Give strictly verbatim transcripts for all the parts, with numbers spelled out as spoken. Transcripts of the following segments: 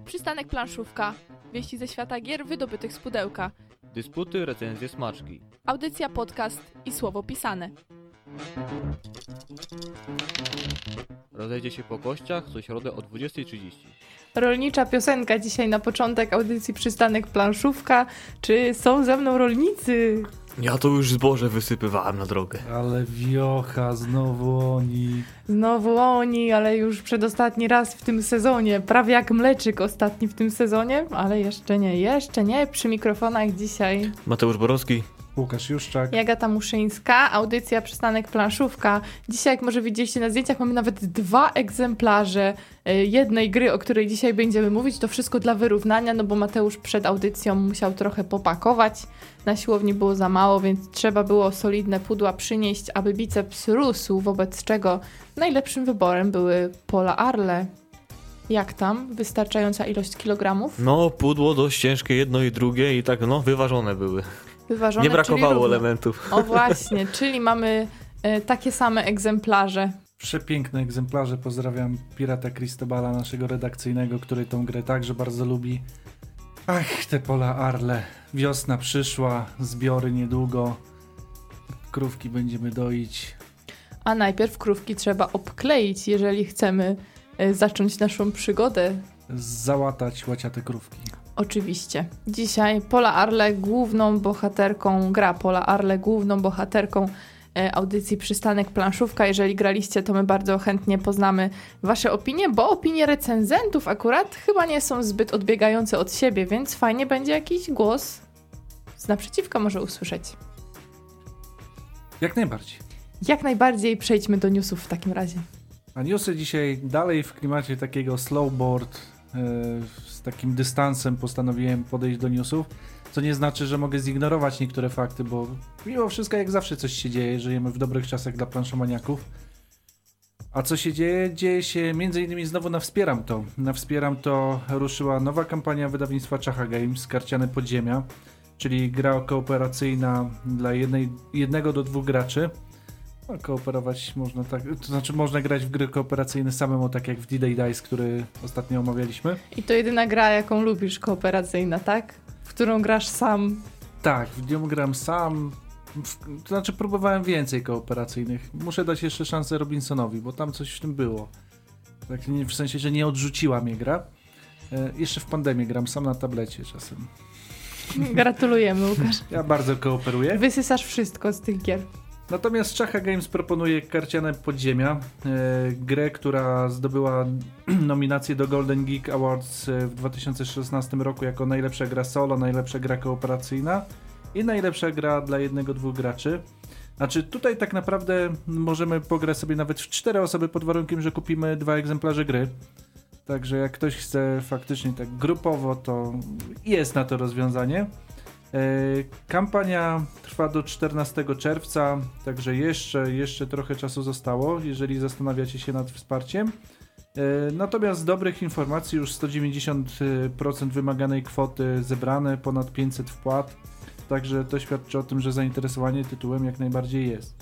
Przystanek Planszówka. Wieści ze świata gier wydobytych z pudełka. Dysputy, recenzje, smaczki. Audycja, podcast i słowo pisane. Rozejdzie się po kościach co środę o dwudziesta trzydzieści. Rolnicza piosenka dzisiaj na początek audycji Przystanek Planszówka. Czy są ze mną rolnicy? Ja to już zboże wysypywałem na drogę. Ale wiocha, znowu oni. Znowu oni, ale już przedostatni raz w tym sezonie. Prawie jak Mleczyk ostatni w tym sezonie, ale jeszcze nie, jeszcze nie. Przy mikrofonach dzisiaj Mateusz Borowski. Łukasz Juszczak. i Agata Muszyńska, audycja Przystanek Planszówka. Dzisiaj, jak może widzieliście na zdjęciach, mamy nawet dwa egzemplarze jednej gry, o której dzisiaj będziemy mówić. To wszystko dla wyrównania, no bo Mateusz przed audycją musiał trochę popakować. Na siłowni było za mało, więc trzeba było solidne pudła przynieść, aby biceps rósł, wobec czego najlepszym wyborem były Pola Arle. Jak tam? Wystarczająca ilość kilogramów? No, pudło dość ciężkie, jedno i drugie i tak, no, wyważone były. Wyważone, Nie brakowało czyli elementów. O właśnie, czyli mamy e, takie same egzemplarze. Przepiękne egzemplarze. Pozdrawiam Pirata Cristobala, naszego redakcyjnego, który tą grę także bardzo lubi. Ach, te Pola Arle. Wiosna przyszła, zbiory niedługo. Krówki będziemy doić. A najpierw krówki trzeba obkleić, jeżeli chcemy e, zacząć naszą przygodę. Załatać łaciate krówki. Oczywiście. Dzisiaj Pola Arle główną bohaterką, gra Pola Arle główną bohaterką e, audycji Przystanek Planszówka. Jeżeli graliście, to my bardzo chętnie poznamy wasze opinie, bo opinie recenzentów akurat chyba nie są zbyt odbiegające od siebie, więc fajnie będzie jakiś głos z naprzeciwka może usłyszeć. Jak najbardziej. Jak najbardziej przejdźmy do newsów w takim razie. A newsy dzisiaj dalej w klimacie takiego slowboard, yy, z takim dystansem postanowiłem podejść do newsów, co nie znaczy, że mogę zignorować niektóre fakty, bo mimo wszystko jak zawsze coś się dzieje, żyjemy w dobrych czasach dla planszomaniaków. A co się dzieje? Dzieje się między innymi znowu na Wspieram To. Na Wspieram To ruszyła nowa kampania wydawnictwa Czacha Games, Karciane Podziemia, czyli gra kooperacyjna dla jednej, jednego do dwóch graczy. No, kooperować można tak, to znaczy można grać w gry kooperacyjne samemu, tak jak w D-Day Dice, który ostatnio omawialiśmy. I to jedyna gra, jaką lubisz, kooperacyjna, tak? W którą grasz sam. Tak, w nią gram sam, w, to znaczy próbowałem więcej kooperacyjnych. Muszę dać jeszcze szansę Robinsonowi, bo tam coś w tym było. Tak, nie, w sensie, że nie odrzuciła mnie gra. E, jeszcze w pandemię gram sam na tablecie czasem. Gratulujemy, Łukasz. Ja bardzo kooperuję. Wysysasz wszystko z tych gier. Natomiast Czacha Games proponuje Karciane Podziemia, e, grę, która zdobyła nominację do Golden Geek Awards w dwa tysiące szesnastym roku jako najlepsza gra solo, najlepsza gra kooperacyjna i najlepsza gra dla jednego, dwóch graczy. Znaczy tutaj tak naprawdę możemy pograć sobie nawet w cztery osoby pod warunkiem, że kupimy dwa egzemplarze gry. Także jak ktoś chce faktycznie tak grupowo, to jest na to rozwiązanie. Kampania trwa do czternastego czerwca, także jeszcze, jeszcze trochę czasu zostało, jeżeli zastanawiacie się nad wsparciem. Natomiast z dobrych informacji już sto dziewięćdziesiąt procent wymaganej kwoty zebrane, ponad pięćset wpłat, także to świadczy o tym, że zainteresowanie tytułem jak najbardziej jest.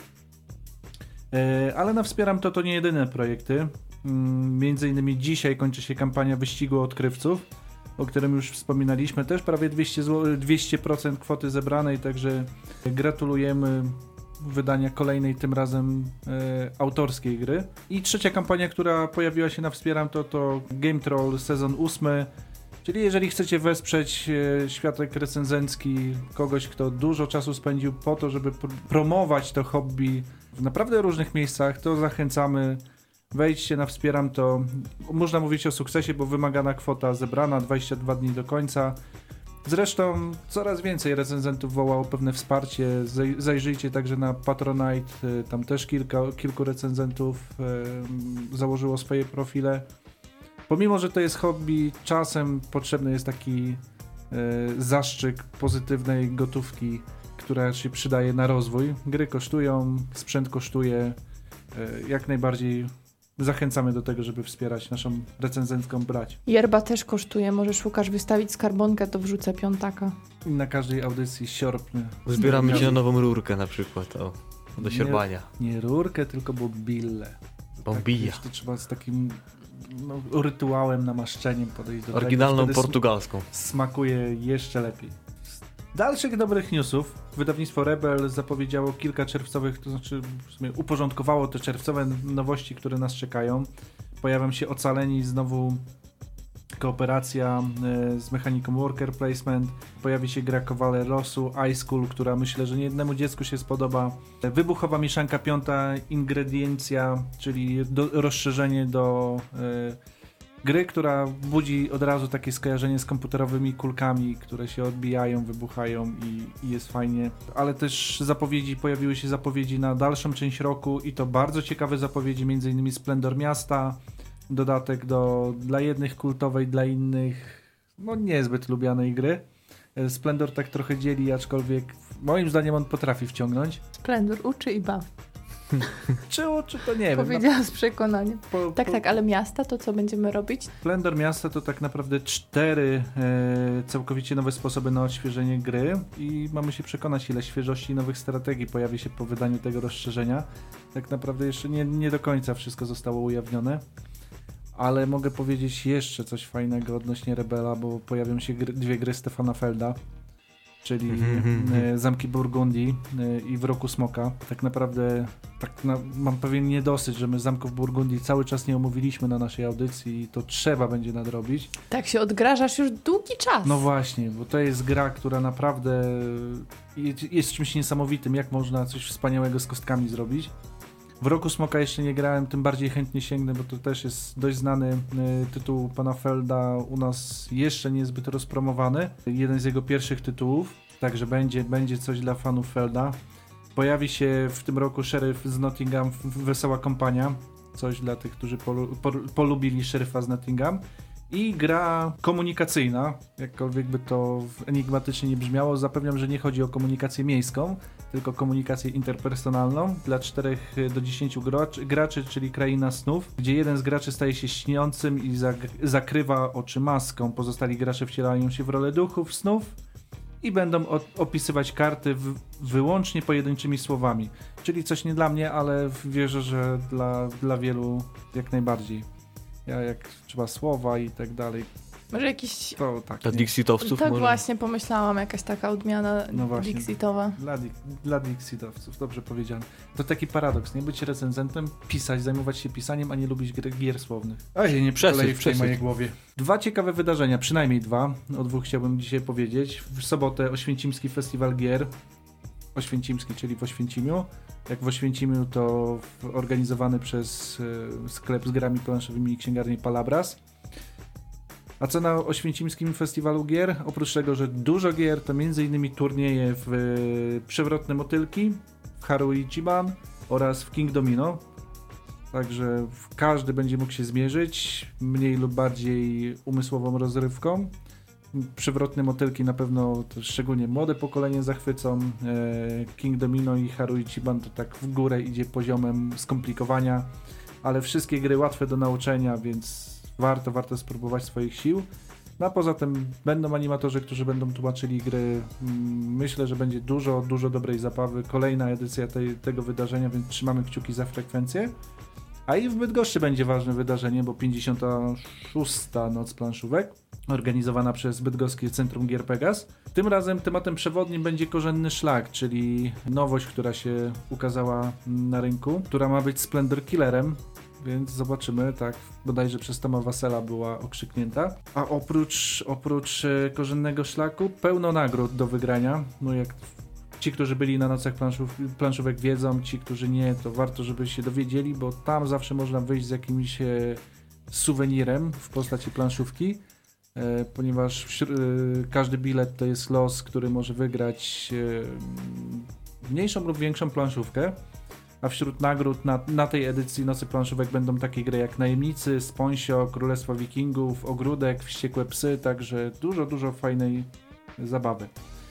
Ale na Wspieram To to nie jedyne projekty. Między innymi dzisiaj kończy się kampania Wyścigu Odkrywców, o którym już wspominaliśmy, też prawie dwieście procent kwoty zebranej, także gratulujemy wydania kolejnej, tym razem e, autorskiej gry. I trzecia kampania, która pojawiła się na Wspieram To, to Game Troll sezon ósmy, czyli jeżeli chcecie wesprzeć e, światek recenzencki kogoś, kto dużo czasu spędził po to, żeby pr- promować to hobby w naprawdę różnych miejscach, to zachęcamy. Wejdźcie na Wspieram To. Można mówić o sukcesie, bo wymagana kwota zebrana, dwadzieścia dwa dni do końca. Zresztą coraz więcej recenzentów wołało pewne wsparcie. Zajrzyjcie także na Patronite. Tam też kilka, kilku recenzentów e, założyło swoje profile. Pomimo, że to jest hobby, czasem potrzebny jest taki e, zastrzyk pozytywnej gotówki, która się przydaje na rozwój. Gry kosztują, sprzęt kosztuje. E, jak najbardziej zachęcamy do tego, żeby wspierać naszą recenzencką brać. Yerba też kosztuje, możesz Łukasz wystawić skarbonkę, to wrzucę piątaka. I na każdej audycji siorbny. Zbieramy cię na nową rurkę na przykład, o, do siorbania. Nie, nie rurkę, tylko bombillę. Bombilla. Tak, to trzeba z takim no, rytuałem, namaszczeniem podejść do Oryginalną tego. Wtedy portugalską. Smakuje jeszcze lepiej. Z dalszych dobrych newsów wydawnictwo Rebel zapowiedziało kilka czerwcowych, to znaczy w sumie uporządkowało te czerwcowe nowości, które nas czekają. Pojawią się Ocaleni, znowu kooperacja y, z mechaniką Worker Placement. Pojawi się gra Kowale Losu, iSchool, która myślę, że niejednemu dziecku się spodoba. Wybuchowa mieszanka piąta, Ingrediencja, czyli do, rozszerzenie do y, gry, która budzi od razu takie skojarzenie z komputerowymi kulkami, które się odbijają, wybuchają i, i jest fajnie. Ale też zapowiedzi, pojawiły się zapowiedzi na dalszą część roku i to bardzo ciekawe zapowiedzi, między innymi Splendor Miasta, dodatek do, dla jednych kultowej, dla innych no niezbyt lubianej gry. Splendor tak trochę dzieli, aczkolwiek moim zdaniem on potrafi wciągnąć. Splendor uczy i baw. Czy uczy, to nie wiem. Powiedziałam z przekonaniem. Po, Tak, po... tak, ale miasta to co będziemy robić? Splendor Miasta to tak naprawdę cztery e, całkowicie nowe sposoby na odświeżenie gry i mamy się przekonać, ile świeżości i nowych strategii pojawi się po wydaniu tego rozszerzenia. Tak naprawdę jeszcze nie, nie do końca wszystko zostało ujawnione. Ale mogę powiedzieć jeszcze coś fajnego odnośnie Rebela, bo pojawią się gry, dwie gry Stefana Felda, czyli e, Zamki Burgundii e, i Wroku Smoka. Tak naprawdę tak na, mam pewien niedosyt, że my Zamków Burgundii cały czas nie omówiliśmy na naszej audycji i to trzeba będzie nadrobić. Tak się odgrażasz już długi czas. No właśnie, bo to jest gra, która naprawdę jest, jest czymś niesamowitym, jak można coś wspaniałego z kostkami zrobić. W Roku Smoka jeszcze nie grałem, tym bardziej chętnie sięgnę, bo to też jest dość znany y, tytuł pana Felda, u nas jeszcze niezbyt rozpromowany. Jeden z jego pierwszych tytułów, także będzie, będzie coś dla fanów Felda. Pojawi się w tym roku Szeryf z Nottingham, Wesoła Kompania, coś dla tych, którzy polu, pol, polubili Szeryfa z Nottingham. I gra komunikacyjna, jakkolwiek by to enigmatycznie nie brzmiało, zapewniam, że nie chodzi o komunikację miejską, tylko komunikację interpersonalną dla czterech do dziesięciu graczy, graczy, czyli Kraina Snów, gdzie jeden z graczy staje się śniącym i zak- zakrywa oczy maską. Pozostali gracze wcielają się w rolę duchów snów i będą o- opisywać karty w- wyłącznie pojedynczymi słowami. Czyli coś nie dla mnie, ale wierzę, że dla, dla wielu jak najbardziej. Ja jak trzeba słowa i tak dalej. Może jakiś... To tak. Dla nie. Dixitowców Tak może? właśnie pomyślałam, jakaś taka odmiana No właśnie. Dixitowa. Dla, di- dla Dixitowców, dobrze powiedziane. To taki paradoks, nie być recenzentem, pisać, zajmować się pisaniem, a nie lubić gier, gier słownych. A się nie Przesyć, przesyć w tej przesyć. mojej głowie. Dwa ciekawe wydarzenia, przynajmniej dwa. O dwóch chciałbym dzisiaj powiedzieć. W sobotę Oświęcimski Festiwal Gier. Oświęcimski, czyli w Oświęcimiu. Jak w Oświęcimiu, to organizowany przez y, sklep z grami planszowymi i księgarnię Palabras. A co na Oświęcimskim Festiwalu Gier? Oprócz tego, że dużo gier, to między innymi turnieje w y, Przewrotne Motylki, w Haru Ichiban oraz w King Domino. Także każdy będzie mógł się zmierzyć, mniej lub bardziej umysłową rozrywką. Przewrotne Motylki na pewno to szczególnie młode pokolenie zachwycą. King Domino i Haru Ichiban to tak w górę idzie poziomem skomplikowania, ale wszystkie gry łatwe do nauczenia, więc warto, warto spróbować swoich sił. No a poza tym będą animatorzy, którzy będą tłumaczyli gry. Myślę, że będzie dużo, dużo dobrej zabawy. Kolejna edycja tej, tego wydarzenia, więc trzymamy kciuki za frekwencję. A i w Bydgoszczy będzie ważne wydarzenie, bo pięćdziesiąta szósta Noc Planszówek, organizowana przez Bydgoskie Centrum Gier Pegas. Tym razem tematem przewodnim będzie Korzenny Szlak, czyli nowość, która się ukazała na rynku, która ma być Splendor Killerem, więc zobaczymy, tak, bodajże przez Toma Wasela była okrzyknięta. A oprócz, oprócz Korzennego Szlaku pełno nagród do wygrania, no jak ci, którzy byli na nocach planszów, planszówek wiedzą, ci, którzy nie, to warto, żeby się dowiedzieli, bo tam zawsze można wyjść z jakimś e, suwenirem w postaci planszówki, e, ponieważ wśród, e, każdy bilet to jest los, który może wygrać e, mniejszą lub większą planszówkę, a wśród nagród na, na tej edycji Nocy Planszówek będą takie gry jak Najemnicy, Sponsio, Królestwo Wikingów, Ogródek, Wściekłe Psy, także dużo, dużo fajnej zabawy.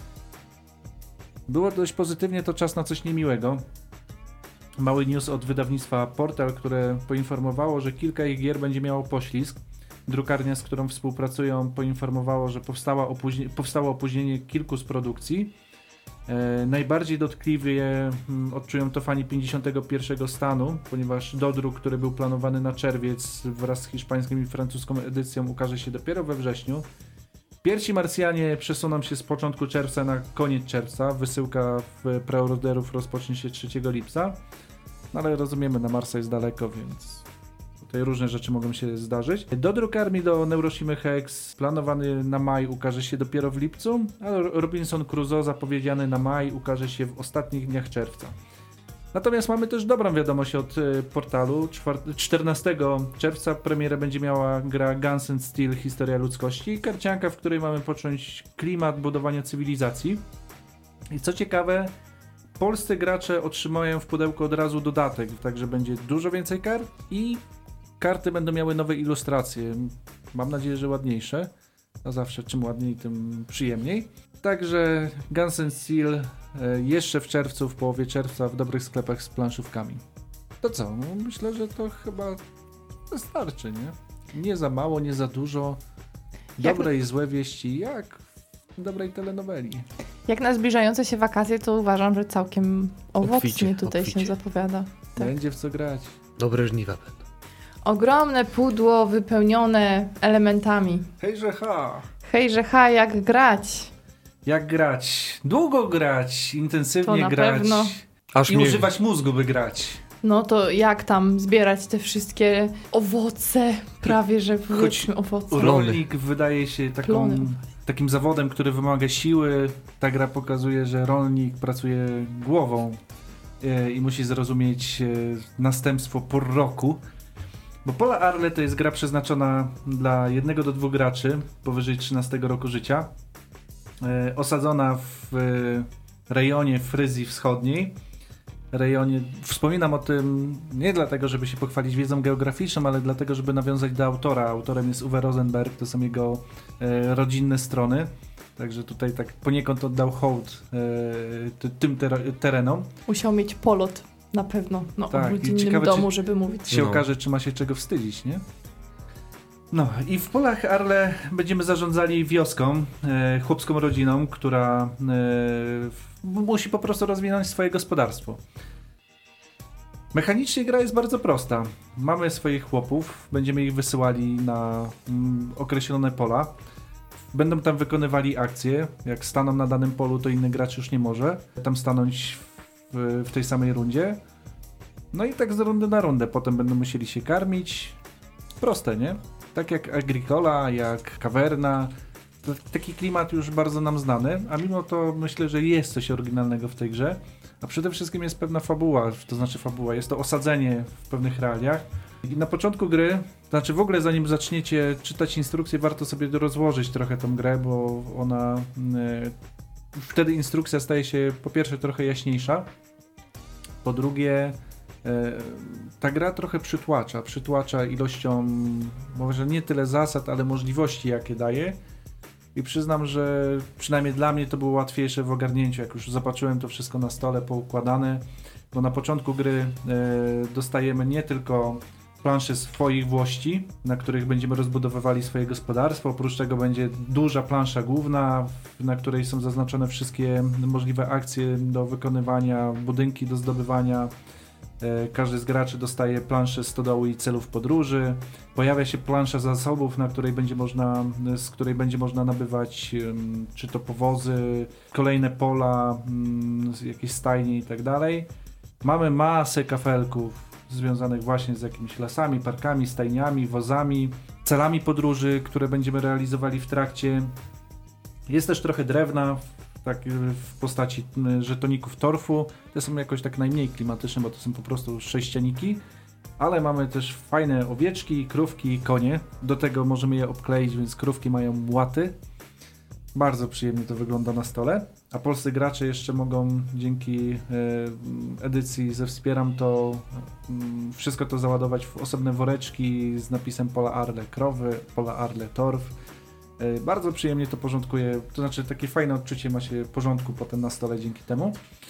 Było dość pozytywnie, to czas na coś niemiłego. Mały news od wydawnictwa Portal, które poinformowało, że kilka ich gier będzie miało poślizg. Drukarnia, z którą współpracują, poinformowało, że powstała opóźni- powstało opóźnienie kilku z produkcji. E, najbardziej dotkliwie mm, odczują to fani pięćdziesiątego pierwszego stanu, ponieważ dodruk, który był planowany na czerwiec wraz z hiszpańską i francuską edycją, ukaże się dopiero we wrześniu. Pierwsi Marsjanie przesuną się z początku czerwca na koniec czerwca. Wysyłka w preorderów rozpocznie się trzeciego lipca. No ale rozumiemy, na Marsa jest daleko, więc tutaj różne rzeczy mogą się zdarzyć. Dodruk armii do Neuroshimy Hex planowany na maj ukaże się dopiero w lipcu, a Robinson Crusoe zapowiedziany na maj ukaże się w ostatnich dniach czerwca. Natomiast mamy też dobrą wiadomość od y, portalu. czternastego czerwca premierę będzie miała gra Guns and Steel Historia Ludzkości, karcianka, w której mamy poczuć klimat budowania cywilizacji. I co ciekawe, polscy gracze otrzymają w pudełku od razu dodatek, także będzie dużo więcej kart i karty będą miały nowe ilustracje. Mam nadzieję, że ładniejsze. A zawsze czym ładniej, tym przyjemniej. Także Guns and Steel e, jeszcze w czerwcu, w połowie czerwca w dobrych sklepach z planszówkami. To co? No, myślę, że to chyba wystarczy, nie? Nie za mało, nie za dużo. Dobre jak... i złe wieści, jak w dobrej telenoweli. Jak na zbliżające się wakacje, to uważam, że całkiem owocnie Obficie, tutaj obficie. się zapowiada. Tak. Będzie w co grać. Dobre żniwa będą. Ogromne pudło wypełnione elementami. Hejże ha! Hejże ha, jak grać? Jak grać? Długo grać, To intensywnie na grać. pewno. Aż I mnie... używać mózgu, by grać. No to jak tam zbierać te wszystkie owoce, prawie że powiedzmy owoce. Rolnik wydaje się taką, Plony. takim zawodem, który wymaga siły. Ta gra pokazuje, że rolnik pracuje głową e, i musi zrozumieć e, następstwo por roku. Bo Pola Arle to jest gra przeznaczona dla jednego do dwóch graczy powyżej trzynastego roku życia. E, osadzona w e, rejonie Fryzji Wschodniej. Rejonie, wspominam o tym nie dlatego, żeby się pochwalić wiedzą geograficzną, ale dlatego, żeby nawiązać do autora. Autorem jest Uwe Rosenberg, to są jego e, rodzinne strony. Także tutaj tak poniekąd oddał hołd e, ty, tym ter- terenom. Musiał mieć polot na pewno no, Tak, w i rodzinnym ciekawe, domu, czy- żeby mówić. Się No. okaże, czy ma się czego wstydzić, nie? No i w Polach Arle będziemy zarządzali wioską, e, chłopską rodziną, która e, w- musi po prostu rozwinąć swoje gospodarstwo. Mechanicznie gra jest bardzo prosta. Mamy swoich chłopów, będziemy ich wysyłali na mm, określone pola. Będą tam wykonywali akcje. Jak staną na danym polu, to inny gracz już nie może tam stanąć w, w tej samej rundzie. No i tak z rundy na rundę. Potem będą musieli się karmić. Proste, nie? Tak jak Agricola, jak Caverna. To taki klimat już bardzo nam znany, a mimo to myślę, że jest coś oryginalnego w tej grze. A przede wszystkim jest pewna fabuła, to znaczy fabuła, jest to osadzenie w pewnych realiach. I na początku gry, to znaczy w ogóle zanim zaczniecie czytać instrukcję, warto sobie rozłożyć trochę tą grę, bo ona... Yy, wtedy instrukcja staje się po pierwsze trochę jaśniejsza, po drugie yy, ta gra trochę przytłacza, przytłacza ilością, może nie tyle zasad, ale możliwości jakie daje. I przyznam, że przynajmniej dla mnie to było łatwiejsze w ogarnięciu, jak już zobaczyłem to wszystko na stole poukładane, bo na początku gry e, dostajemy nie tylko plansze swoich włości, na których będziemy rozbudowywali swoje gospodarstwo, oprócz tego będzie duża plansza główna, na której są zaznaczone wszystkie możliwe akcje do wykonywania, budynki do zdobywania. Każdy z graczy dostaje planszę stodoły i celów podróży. Pojawia się plansza zasobów, na której będzie można, z której będzie można nabywać um, czy to powozy, kolejne pola, um, jakieś stajnie i tak dalej. Mamy masę kafelków związanych właśnie z jakimiś lasami, parkami, stajniami, wozami, celami podróży, które będziemy realizowali w trakcie. Jest też trochę drewna, tak w postaci żetoników torfu. Te są jakoś tak najmniej klimatyczne, bo to są po prostu sześcianiki. Ale mamy też fajne owieczki, krówki i konie. Do tego możemy je obkleić, więc krówki mają łaty. Bardzo przyjemnie to wygląda na stole. A polscy gracze jeszcze mogą dzięki e, edycji ze Wspieram to m, wszystko to załadować w osobne woreczki z napisem Pola Arle krowy, Pola Arle torf. Bardzo przyjemnie to porządkuje, to znaczy takie fajne odczucie ma się porządku potem na stole dzięki temu.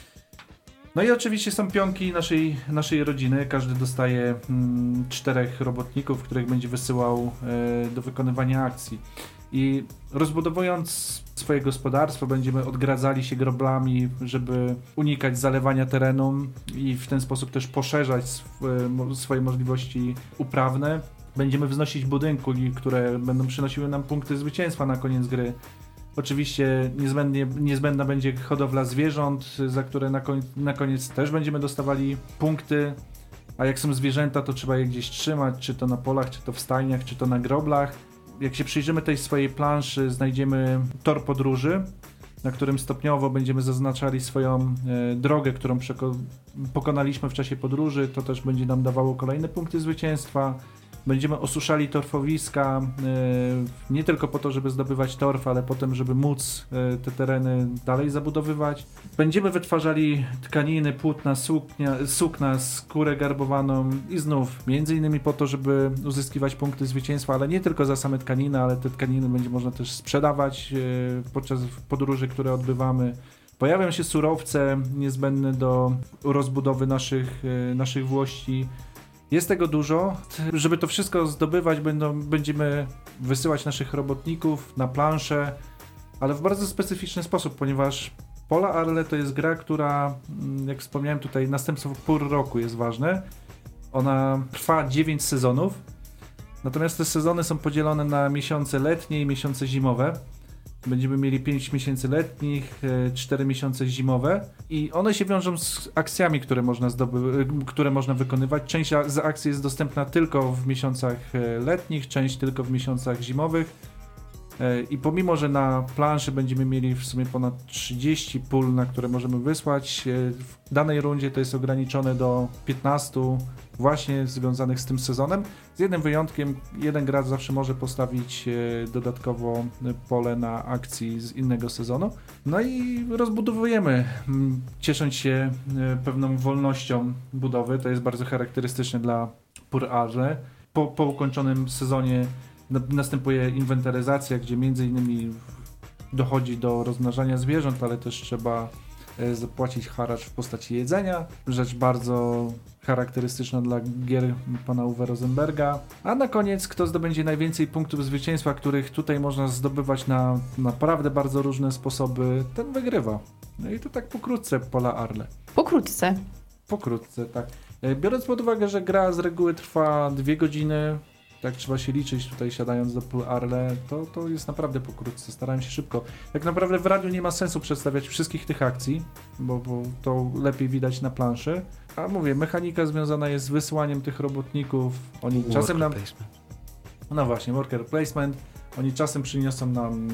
No i oczywiście są pionki naszej, naszej rodziny, każdy dostaje mm, czterech robotników, których będzie wysyłał e, do wykonywania akcji. I rozbudowując swoje gospodarstwo, będziemy odgradzali się groblami, żeby unikać zalewania terenu i w ten sposób też poszerzać sw- swoje możliwości uprawne. Będziemy wznosić budynki, które będą przynosiły nam punkty zwycięstwa na koniec gry. Oczywiście niezbędnie, niezbędna będzie hodowla zwierząt, za które na, koń, na koniec też będziemy dostawali punkty. A jak są zwierzęta, to trzeba je gdzieś trzymać, czy to na polach, czy to w stajniach, czy to na groblach. Jak się przyjrzymy tej swojej planszy, znajdziemy tor podróży, na którym stopniowo będziemy zaznaczali swoją e, drogę, którą przeko- pokonaliśmy w czasie podróży. To też będzie nam dawało kolejne punkty zwycięstwa. Będziemy osuszali torfowiska, e, nie tylko po to, żeby zdobywać torf, ale potem, żeby móc e, te tereny dalej zabudowywać. Będziemy wytwarzali tkaniny, płótna, suknia, sukna, skórę garbowaną i znów między innymi po to, żeby uzyskiwać punkty zwycięstwa, ale nie tylko za same tkaniny, ale te tkaniny będzie można też sprzedawać e, podczas podróży, które odbywamy. Pojawią się surowce niezbędne do rozbudowy naszych, e, naszych włości. Jest tego dużo. Żeby to wszystko zdobywać, będą, będziemy wysyłać naszych robotników na planszę, ale w bardzo specyficzny sposób, ponieważ Pola Arle to jest gra, która, jak wspomniałem tutaj, następstwo pór roku jest ważne. Ona trwa dziewięć sezonów, natomiast te sezony są podzielone na miesiące letnie i miesiące zimowe. Będziemy mieli pięć miesięcy letnich, cztery miesiące zimowe i one się wiążą z akcjami, które można, zdoby- które można wykonywać. Część z akcji jest dostępna tylko w miesiącach letnich, część tylko w miesiącach zimowych. I pomimo, że na planszy będziemy mieli w sumie ponad trzydzieści pól, na które możemy wysłać, w danej rundzie to jest ograniczone do piętnastu właśnie związanych z tym sezonem. Z jednym wyjątkiem, jeden gracz zawsze może postawić dodatkowo pole na akcji z innego sezonu. No i rozbudowujemy, ciesząc się pewną wolnością budowy. To jest bardzo charakterystyczne dla Pour Arle. Po, po ukończonym sezonie następuje inwentaryzacja, gdzie między innymi dochodzi do rozmnażania zwierząt, ale też trzeba zapłacić haracz w postaci jedzenia. Rzecz bardzo charakterystyczna dla gier pana Uwe Rosenberga. A na koniec, kto zdobędzie najwięcej punktów zwycięstwa, których tutaj można zdobywać na naprawdę bardzo różne sposoby, ten wygrywa. No i to tak pokrótce Pola Arle. Pokrótce. Pokrótce, tak. Biorąc pod uwagę, że gra z reguły trwa dwie godziny, tak trzeba się liczyć tutaj siadając do Pour Arle, to, to jest naprawdę pokrótce, starałem się szybko. Tak naprawdę w radiu nie ma sensu przedstawiać wszystkich tych akcji, bo, bo to lepiej widać na planszy. A mówię, mechanika związana jest z wysyłaniem tych robotników, oni Worker czasem nam... placement. No właśnie, worker placement. Oni czasem przyniosą nam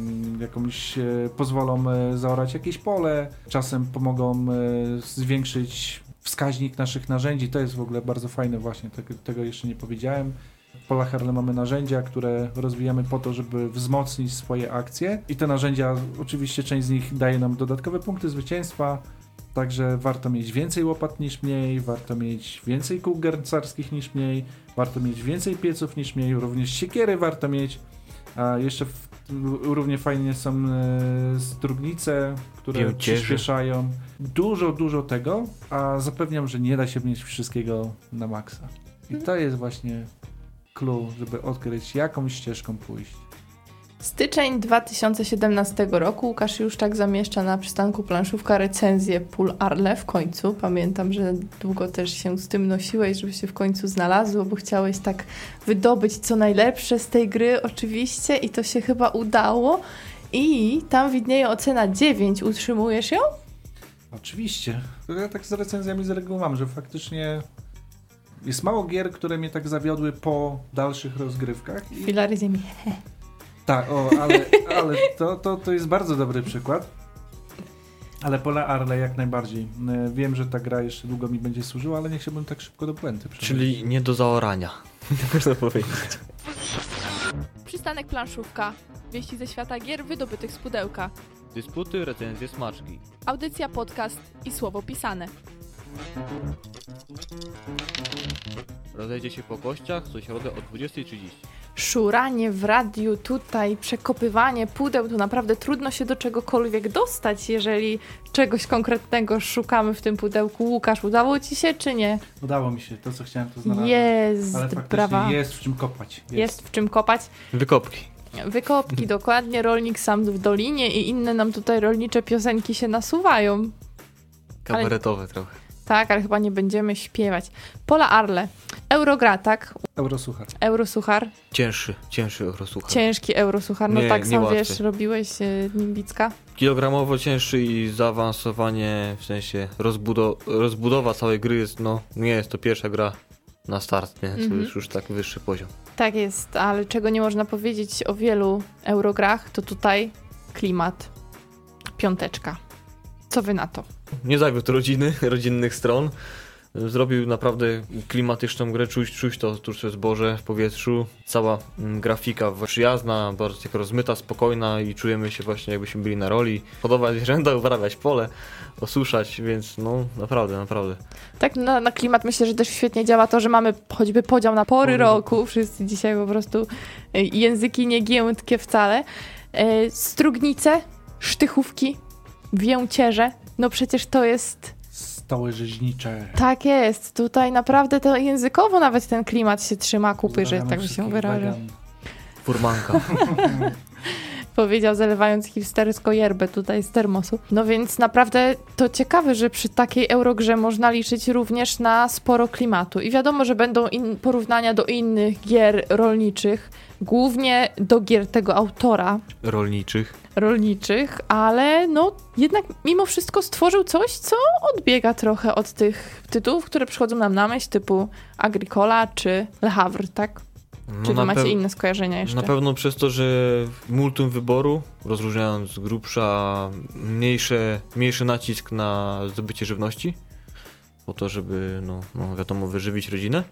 jakąś, e, pozwolą e, zaorać jakieś pole, czasem pomogą e, zwiększyć wskaźnik naszych narzędzi. To jest w ogóle bardzo fajne właśnie, tego, tego jeszcze nie powiedziałem. W Polach Arle mamy narzędzia, które rozwijamy po to, żeby wzmocnić swoje akcje i te narzędzia, oczywiście część z nich daje nam dodatkowe punkty zwycięstwa, także warto mieć więcej łopat niż mniej, warto mieć więcej kół garncarskich niż mniej, warto mieć więcej pieców niż mniej, również siekiery warto mieć, a jeszcze w, równie fajnie są e, strugnice, które Pięcierze. przyspieszają. Dużo, dużo tego, a zapewniam, że nie da się mieć wszystkiego na maksa. I to jest właśnie clue, żeby odkryć, jaką ścieżką pójść. Styczeń dwa tysiące siedemnastego roku. Łukasz Juszczak zamieszcza na przystanku Planszówka recenzję Pour Arle w końcu. Pamiętam, że długo też się z tym nosiłeś, żeby się w końcu znalazło, bo chciałeś tak wydobyć co najlepsze z tej gry oczywiście i to się chyba udało. I tam widnieje ocena dziewięć. Utrzymujesz ją? Oczywiście. Ja tak z recenzjami z reguły mam, że faktycznie jest mało gier, które mnie tak zawiodły po dalszych rozgrywkach. I... Filary ziemi. Tak, o, ale, ale to, to, to jest bardzo dobry przykład. Ale Pola Arle jak najbardziej. Wiem, że ta gra jeszcze długo mi będzie służyła, ale nie chciałbym tak szybko do puenty przejść. Czyli nie do zaorania. Można powiedzieć. Przystanek Planszówka. Wieści ze świata gier wydobytych z pudełka. Dysputy, recenzje, smaczki. Audycja, podcast i słowo pisane. Rozejdzie się po kościach co środę o dwudziestej trzydzieści. Szuranie w radiu, tutaj przekopywanie pudeł, to naprawdę trudno się do czegokolwiek dostać, jeżeli czegoś konkretnego szukamy w tym pudełku. Łukasz, udało ci się czy nie? Udało mi się, to co chciałem to znalazłem. Jest, ale faktycznie brawa. jest w czym kopać. Jest. Jest w czym kopać. Wykopki. Wykopki, dokładnie. Rolnik sam w dolinie i inne nam tutaj rolnicze piosenki się nasuwają. Kabaretowe trochę. Tak, ale chyba nie będziemy śpiewać. Pola Arle. Eurogra, tak? Eurosuchar. Eurosuchar. Cięższy, cięższy eurosuchar. Ciężki eurosuchar. No Nie, tak nie sam łatwy. wiesz, robiłeś y, Nimbicka. Kilogramowo cięższy i zaawansowanie, w sensie rozbudo- rozbudowa całej gry jest, no nie jest to pierwsza gra na start, nie? To Mhm. jest już tak wyższy poziom. Tak jest, ale czego nie można powiedzieć o wielu eurograch, to tutaj klimat. Piąteczka. Co wy na to? Nie zawiódł rodziny, rodzinnych stron. Zrobił naprawdę klimatyczną grę, czuć, czuć to tuż zboże w powietrzu. Cała mm, grafika przyjazna, bardzo taka rozmyta, spokojna i czujemy się właśnie jakbyśmy byli na roli. Hodować zwierzęta, uprawiać pole, osuszać, więc no naprawdę, naprawdę. Tak na, na klimat myślę, że też świetnie działa to, że mamy choćby podział na pory Pory roku. Wszyscy dzisiaj po prostu y, języki niegiętkie wcale. Y, Strugnice, sztychówki, więcierze. No przecież to jest... Stoły rzeźnicze. Tak jest. Tutaj naprawdę to językowo nawet ten klimat się trzyma kupy, że Pozdrawiamy tak się wszystkich wyrażę. wegan. Furmanka. Powiedział, zalewając hipsterską yerbę tutaj z termosu. No więc naprawdę to ciekawe, że przy takiej eurogrze można liczyć również na sporo klimatu. I wiadomo, że będą in- porównania do innych gier rolniczych, głównie do gier tego autora Rolniczych. rolniczych, ale no jednak mimo wszystko stworzył coś, co odbiega trochę od tych tytułów, które przychodzą nam na myśl, typu Agricola czy Le Havre, tak? No Czy wy na macie pew- inne skojarzenia jeszcze? Na pewno przez to, że multum wyboru, rozróżniając z grubsza mniejsze, mniejszy nacisk na zdobycie żywności, po to, żeby, no, no wiadomo, wyżywić rodzinę.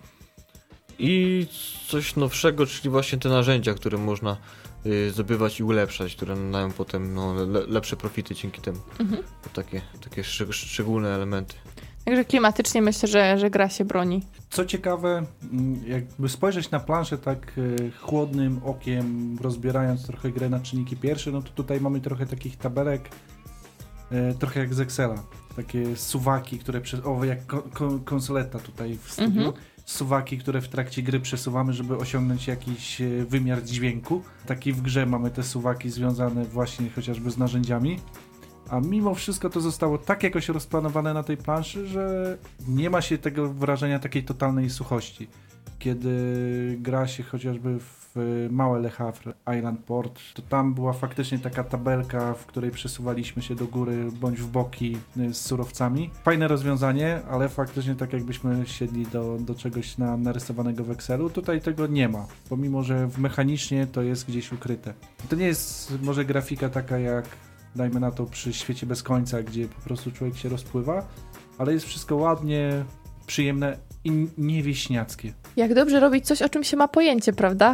I coś nowszego, czyli właśnie te narzędzia, które można y, zdobywać i ulepszać, które dają potem no, le, lepsze profity dzięki temu. Mhm. To takie, takie szczeg- szczególne elementy. Także klimatycznie myślę, że, że gra się broni. Co ciekawe, mm, jakby spojrzeć na planszę tak e, chłodnym okiem, rozbierając trochę grę na czynniki pierwsze, no to tutaj mamy trochę takich tabelek, e, trochę jak z Excela. Takie suwaki, które przez, o, jak ko- ko- konsoleta tutaj w studiu. Mhm. Suwaki, które w trakcie gry przesuwamy, żeby osiągnąć jakiś e, wymiar dźwięku. Taki w grze mamy te suwaki związane właśnie chociażby z narzędziami. A mimo wszystko to zostało tak jakoś rozplanowane na tej planszy, że nie ma się tego wrażenia takiej totalnej suchości. Kiedy gra się chociażby w małe Le Havre, Island Port, to tam była faktycznie taka tabelka, w której przesuwaliśmy się do góry bądź w boki z surowcami. Fajne rozwiązanie, ale faktycznie tak jakbyśmy siedli do, do czegoś na, narysowanego w Excelu. Tutaj tego nie ma, pomimo że w mechanicznie to jest gdzieś ukryte. To nie jest może grafika taka jak dajmy na to przy Świecie bez końca, gdzie po prostu człowiek się rozpływa, ale jest wszystko ładnie, przyjemne i niewieśniackie. Jak dobrze robić coś, o czym się ma pojęcie, prawda?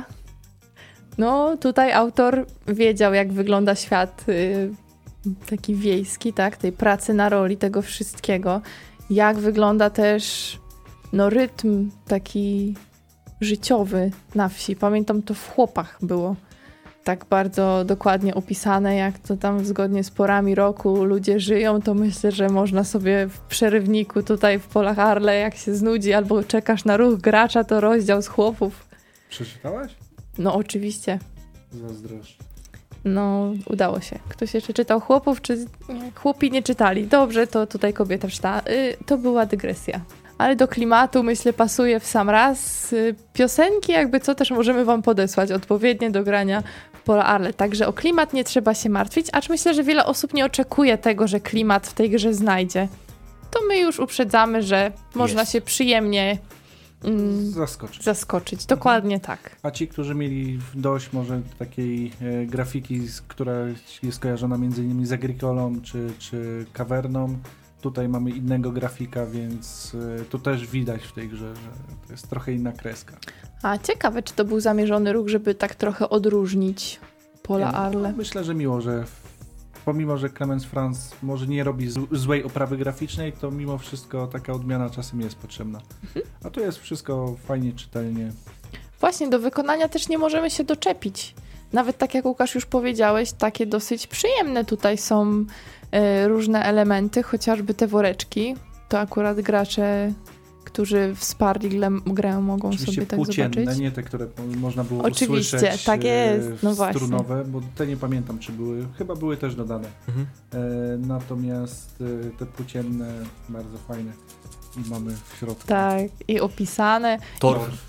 No, tutaj autor wiedział, jak wygląda świat y, taki wiejski, tak? Tej pracy na roli, tego wszystkiego. Jak wygląda też no, rytm taki życiowy na wsi. Pamiętam, to w Chłopach było tak bardzo dokładnie opisane, jak to tam zgodnie z porami roku ludzie żyją, to myślę, że można sobie w przerywniku tutaj w Polach Arle, jak się znudzi albo czekasz na ruch gracza, to rozdział z Chłopów. Przeczytałaś? No oczywiście. Zazdroszczę. No, udało się. Ktoś jeszcze czytał Chłopów, czy nie, chłopi nie czytali? Dobrze, to tutaj kobieta czytała. Y, to była dygresja. Ale do klimatu, myślę, pasuje w sam raz. Y, piosenki, jakby co, też możemy wam podesłać odpowiednie do grania w Pola Arle. Także o klimat nie trzeba się martwić, acz myślę, że wiele osób nie oczekuje tego, że klimat w tej grze znajdzie. To my już uprzedzamy, że można Jest. się przyjemnie mm, Zaskoczy. zaskoczyć. Dokładnie tak. A ci, którzy mieli dość może takiej e, grafiki, z, która jest kojarzona między innymi z Agricolą czy, czy Caverną, tutaj mamy innego grafika, więc e, tu też widać w tej grze, że to jest trochę inna kreska. A ciekawe, czy to był zamierzony ruch, żeby tak trochę odróżnić Pola Ja, Arle. no, myślę, że miło, że w, pomimo, że Clemens Franz może nie robi z, złej oprawy graficznej, to mimo wszystko taka odmiana czasem jest potrzebna. Mhm. A tu jest wszystko fajnie, czytelnie. Właśnie, do wykonania też nie możemy się doczepić. Nawet tak jak Łukasz już powiedziałeś, takie dosyć przyjemne tutaj są e, różne elementy, chociażby te woreczki. To akurat gracze którzy wsparli grę, grę mogą Oczywiście sobie tak płócienne, zobaczyć. nie te, które można było Oczywiście, usłyszeć. tak jest, no właśnie. Strunowe, bo te nie pamiętam, czy były, chyba były też dodane. Mhm. E, natomiast e, te płócienne bardzo fajne i mamy w środku. Tak, i opisane. Torf.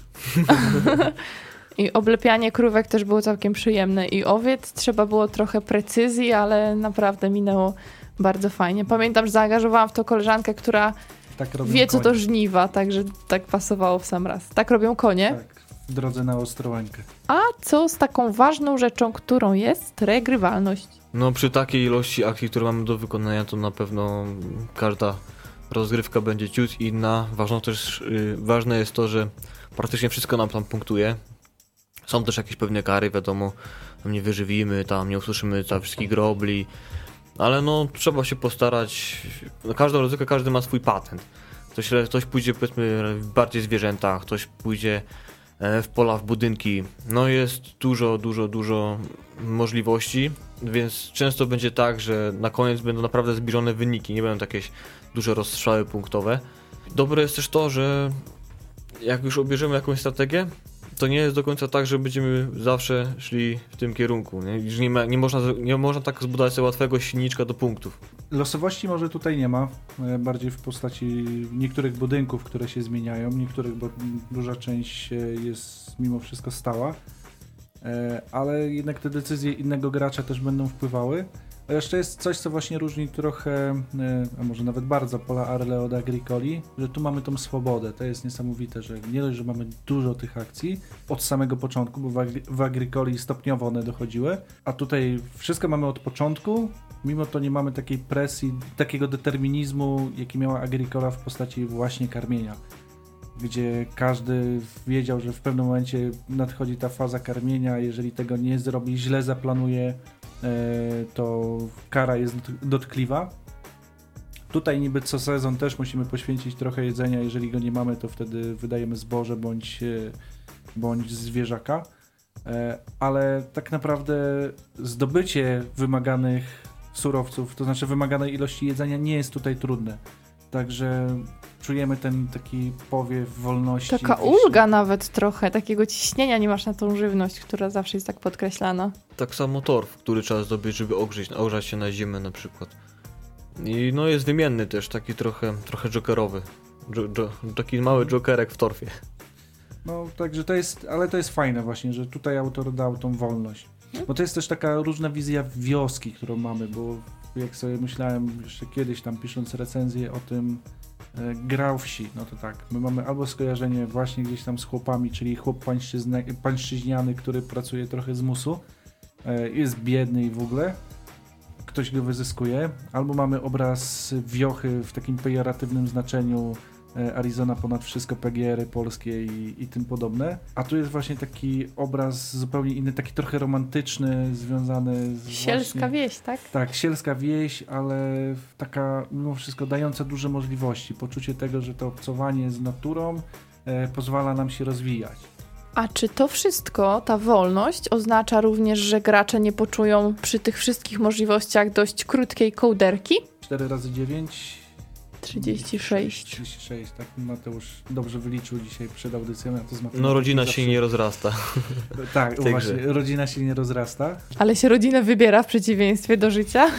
I oblepianie krówek też było całkiem przyjemne. I owiec trzeba było trochę precyzji, ale naprawdę minęło bardzo fajnie. Pamiętam, że zaangażowałam w to koleżankę, która Tak robią wie, co konie. to żniwa, także tak pasowało w sam raz. Tak robią konie. Tak, w drodze na Ostrołękę. A co z taką ważną rzeczą, którą jest regrywalność? No przy takiej ilości akcji, które mamy do wykonania, to na pewno każda rozgrywka będzie ciut inna. Ważne też, yy, ważne jest to, że praktycznie wszystko nam tam punktuje. Są też jakieś pewne kary, wiadomo, tam nie wyżywimy, tam nie usłyszymy tam wszystkich grobli, ale no trzeba się postarać. Na każdą rozgrywkę każdy ma swój patent. Ktoś, ktoś pójdzie powiedzmy bardziej w zwierzętach, ktoś pójdzie w pola, w budynki. No jest dużo, dużo, dużo możliwości, więc często będzie tak, że na koniec będą naprawdę zbliżone wyniki, nie będą jakieś duże rozstrzały punktowe. Dobre jest też to, że jak już obierzemy jakąś strategię, to nie jest do końca tak, że będziemy zawsze szli w tym kierunku. Nie, że nie, ma, nie, można, nie można tak zbudować sobie łatwego silniczka do punktów. Losowości może tutaj nie ma, bardziej w postaci niektórych budynków, które się zmieniają, niektórych, bo duża część jest mimo wszystko stała, ale jednak te decyzje innego gracza też będą wpływały. A jeszcze jest coś, co właśnie różni trochę, a może nawet bardzo Pola Arle od Agricoli, że tu mamy tą swobodę. To jest niesamowite, że nie dość, że mamy dużo tych akcji od samego początku, bo w, Agri- w Agricoli stopniowo one dochodziły, a tutaj wszystko mamy od początku, mimo to nie mamy takiej presji, takiego determinizmu, jaki miała Agricola w postaci właśnie karmienia, gdzie każdy wiedział, że w pewnym momencie nadchodzi ta faza karmienia, jeżeli tego nie zrobi, źle zaplanuje, to kara jest dotkliwa. Tutaj niby co sezon też musimy poświęcić trochę jedzenia, jeżeli go nie mamy, to wtedy wydajemy zboże bądź, bądź zwierzaka, ale tak naprawdę zdobycie wymaganych surowców, to znaczy wymaganej ilości jedzenia nie jest tutaj trudne, także czujemy ten taki powiew wolności. Taka ulga nawet trochę, takiego ciśnienia nie masz na tą żywność, która zawsze jest tak podkreślana. Tak samo torf, który trzeba zdobyć, żeby ogrzeć, ogrzać się na zimę na przykład. I no jest wymienny też, taki trochę, trochę jokerowy. Jo, jo, taki mały jokerek w torfie. No także to jest, ale to jest fajne właśnie, że tutaj autor dał tą wolność. Bo to jest też taka różna wizja wioski, którą mamy, bo jak sobie myślałem jeszcze kiedyś tam pisząc recenzję o tym e, grał wsi, no to tak, my mamy albo skojarzenie właśnie gdzieś tam z chłopami, czyli chłop pańszczyzna, pańszczyźniany, który pracuje trochę z musu, e, jest biedny i w ogóle, ktoś go wyzyskuje, albo mamy obraz wiochy w takim pejoratywnym znaczeniu, Arizona ponad wszystko, P G R-y polskie i, i tym podobne. A tu jest właśnie taki obraz zupełnie inny, taki trochę romantyczny, związany z Sielska właśnie, wieś, tak? Tak, sielska wieś, ale taka mimo wszystko dająca duże możliwości. Poczucie tego, że to obcowanie z naturą e, pozwala nam się rozwijać. A czy to wszystko, ta wolność, oznacza również, że gracze nie poczują przy tych wszystkich możliwościach dość krótkiej kołderki? cztery razy dziewięć trzydzieści sześć. trzydzieści sześć, tak Mateusz dobrze wyliczył dzisiaj przed audycją. Ja to z no rodzina zawsze... się nie rozrasta. Tak, właśnie, grze. rodzina się nie rozrasta. Ale się rodzinę wybiera w przeciwieństwie do życia.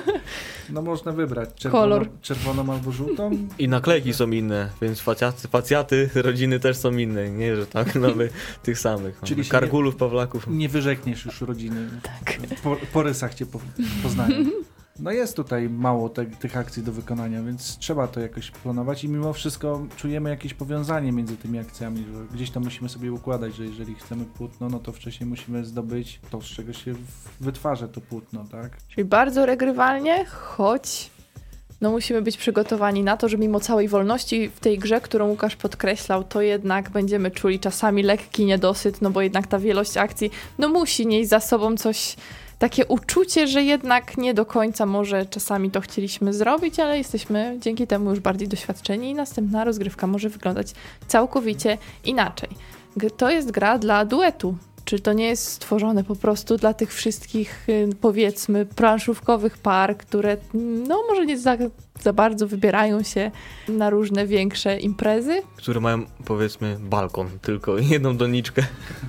No można wybrać czerwoną, kolor. czerwoną albo żółtą. I naklejki są inne, więc facjaty, facjaty rodziny też są inne, nie, że tak mamy tych samych. Czyli Kargulów, nie, Pawlaków. Nie wyrzekniesz już rodziny. Tak. Po, po rysach cię po, poznają. No jest tutaj mało te, tych akcji do wykonania, więc trzeba to jakoś planować i mimo wszystko czujemy jakieś powiązanie między tymi akcjami, że gdzieś tam musimy sobie układać, że jeżeli chcemy płótno, no to wcześniej musimy zdobyć to, z czego się wytwarza to płótno, tak? Czyli bardzo regrywalnie, choć no musimy być przygotowani na to, że mimo całej wolności w tej grze, którą Łukasz podkreślał, to jednak będziemy czuli czasami lekki niedosyt, no bo jednak ta wielość akcji no musi nieść za sobą coś, takie uczucie, że jednak nie do końca może czasami to chcieliśmy zrobić, ale jesteśmy dzięki temu już bardziej doświadczeni i następna rozgrywka może wyglądać całkowicie inaczej. To jest gra dla duetu, Czy to nie jest stworzone po prostu dla tych wszystkich, powiedzmy, planszówkowych par, które no może nie za, za bardzo wybierają się na różne większe imprezy? Które mają, powiedzmy, balkon, tylko jedną doniczkę.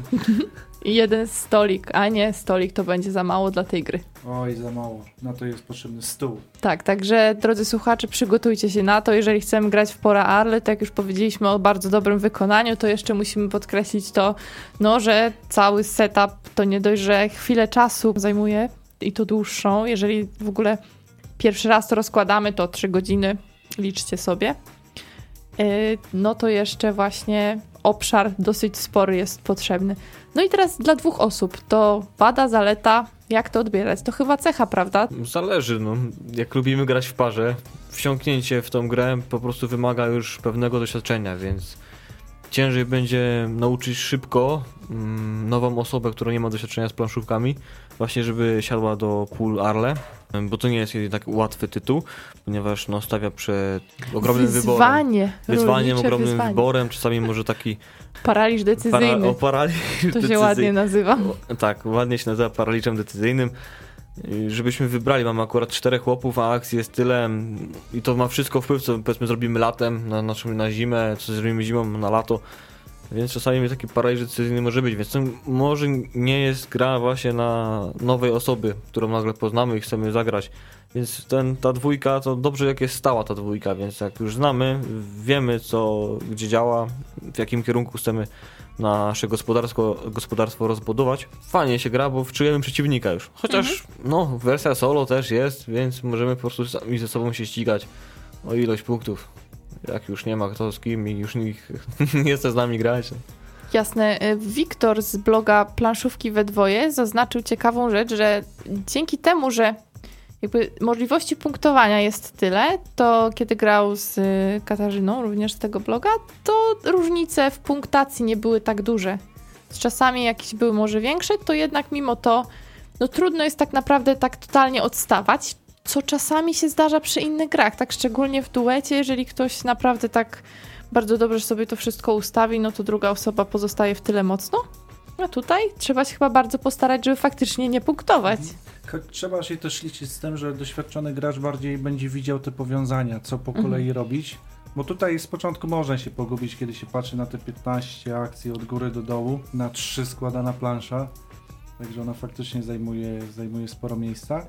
I jeden stolik, a nie, stolik to będzie za mało dla tej gry. Oj, za mało. Na to jest potrzebny stół. Tak, także drodzy słuchacze, przygotujcie się na to. Jeżeli chcemy grać w Pora Arle, to jak już powiedzieliśmy o bardzo dobrym wykonaniu, to jeszcze musimy podkreślić to, no, że cały setup to nie dość, że chwilę czasu zajmuje i to dłuższą. Jeżeli w ogóle pierwszy raz to rozkładamy, to trzy godziny, liczcie sobie. Yy, no to jeszcze właśnie obszar dosyć spory jest potrzebny. No i teraz dla dwóch osób to wada, zaleta, jak to odbierać? To chyba cecha, prawda? Zależy, no. Jak lubimy grać w parze, wsiąknięcie w tą grę po prostu wymaga już pewnego doświadczenia, więc ciężej będzie nauczyć szybko mm, nową osobę, która nie ma doświadczenia z planszówkami, właśnie żeby siadła do Pool Arle, bo to nie jest jednak łatwy tytuł, ponieważ no, stawia przed ogromnym Wyzwanie, wyborem. Wyzwaniem, ogromnym wyzwanie. wyborem, czasami może taki paraliż decyzyjny. Para, o paraliż to się decyzyjny. ładnie nazywa. O, tak, ładnie się nazywa paraliżem decyzyjnym. Żebyśmy wybrali, mamy akurat czterech chłopów, a akcji jest tyle i to ma wszystko wpływ, co powiedzmy zrobimy latem, na, na, na zimę, co zrobimy zimą na lato, więc czasami taki paraliż decyzyjny może być, więc to może nie jest gra właśnie na nowej osoby, którą nagle poznamy i chcemy zagrać, więc ten, ta dwójka, to dobrze jak jest stała ta dwójka, więc jak już znamy, wiemy co, gdzie działa, w jakim kierunku chcemy nasze gospodarstwo, gospodarstwo rozbudować. Fajnie się gra, bo czujemy przeciwnika już. Chociaż mhm. no, wersja solo też jest, więc możemy po prostu sami ze sobą się ścigać o ilość punktów. Jak już nie ma kto z kim i już nikt nie chce z nami grać. Jasne. Wiktor z bloga Planszówki we dwoje zaznaczył ciekawą rzecz, że dzięki temu, że jakby możliwości punktowania jest tyle, to kiedy grał z Katarzyną, również z tego bloga, to różnice w punktacji nie były tak duże. Z czasami jakieś były może większe, to jednak mimo to no trudno jest tak naprawdę tak totalnie odstawać, co czasami się zdarza przy innych grach, tak szczególnie w duecie, jeżeli ktoś naprawdę tak bardzo dobrze sobie to wszystko ustawi, no to druga osoba pozostaje w tyle mocno. A tutaj trzeba się chyba bardzo postarać, żeby faktycznie nie punktować. Trzeba się też liczyć z tym, że doświadczony gracz bardziej będzie widział te powiązania, co po kolei mhm. robić. Bo tutaj z początku można się pogubić, kiedy się patrzy na te piętnaście akcji od góry do dołu, na trzy składana plansza. Także ona faktycznie zajmuje, zajmuje sporo miejsca.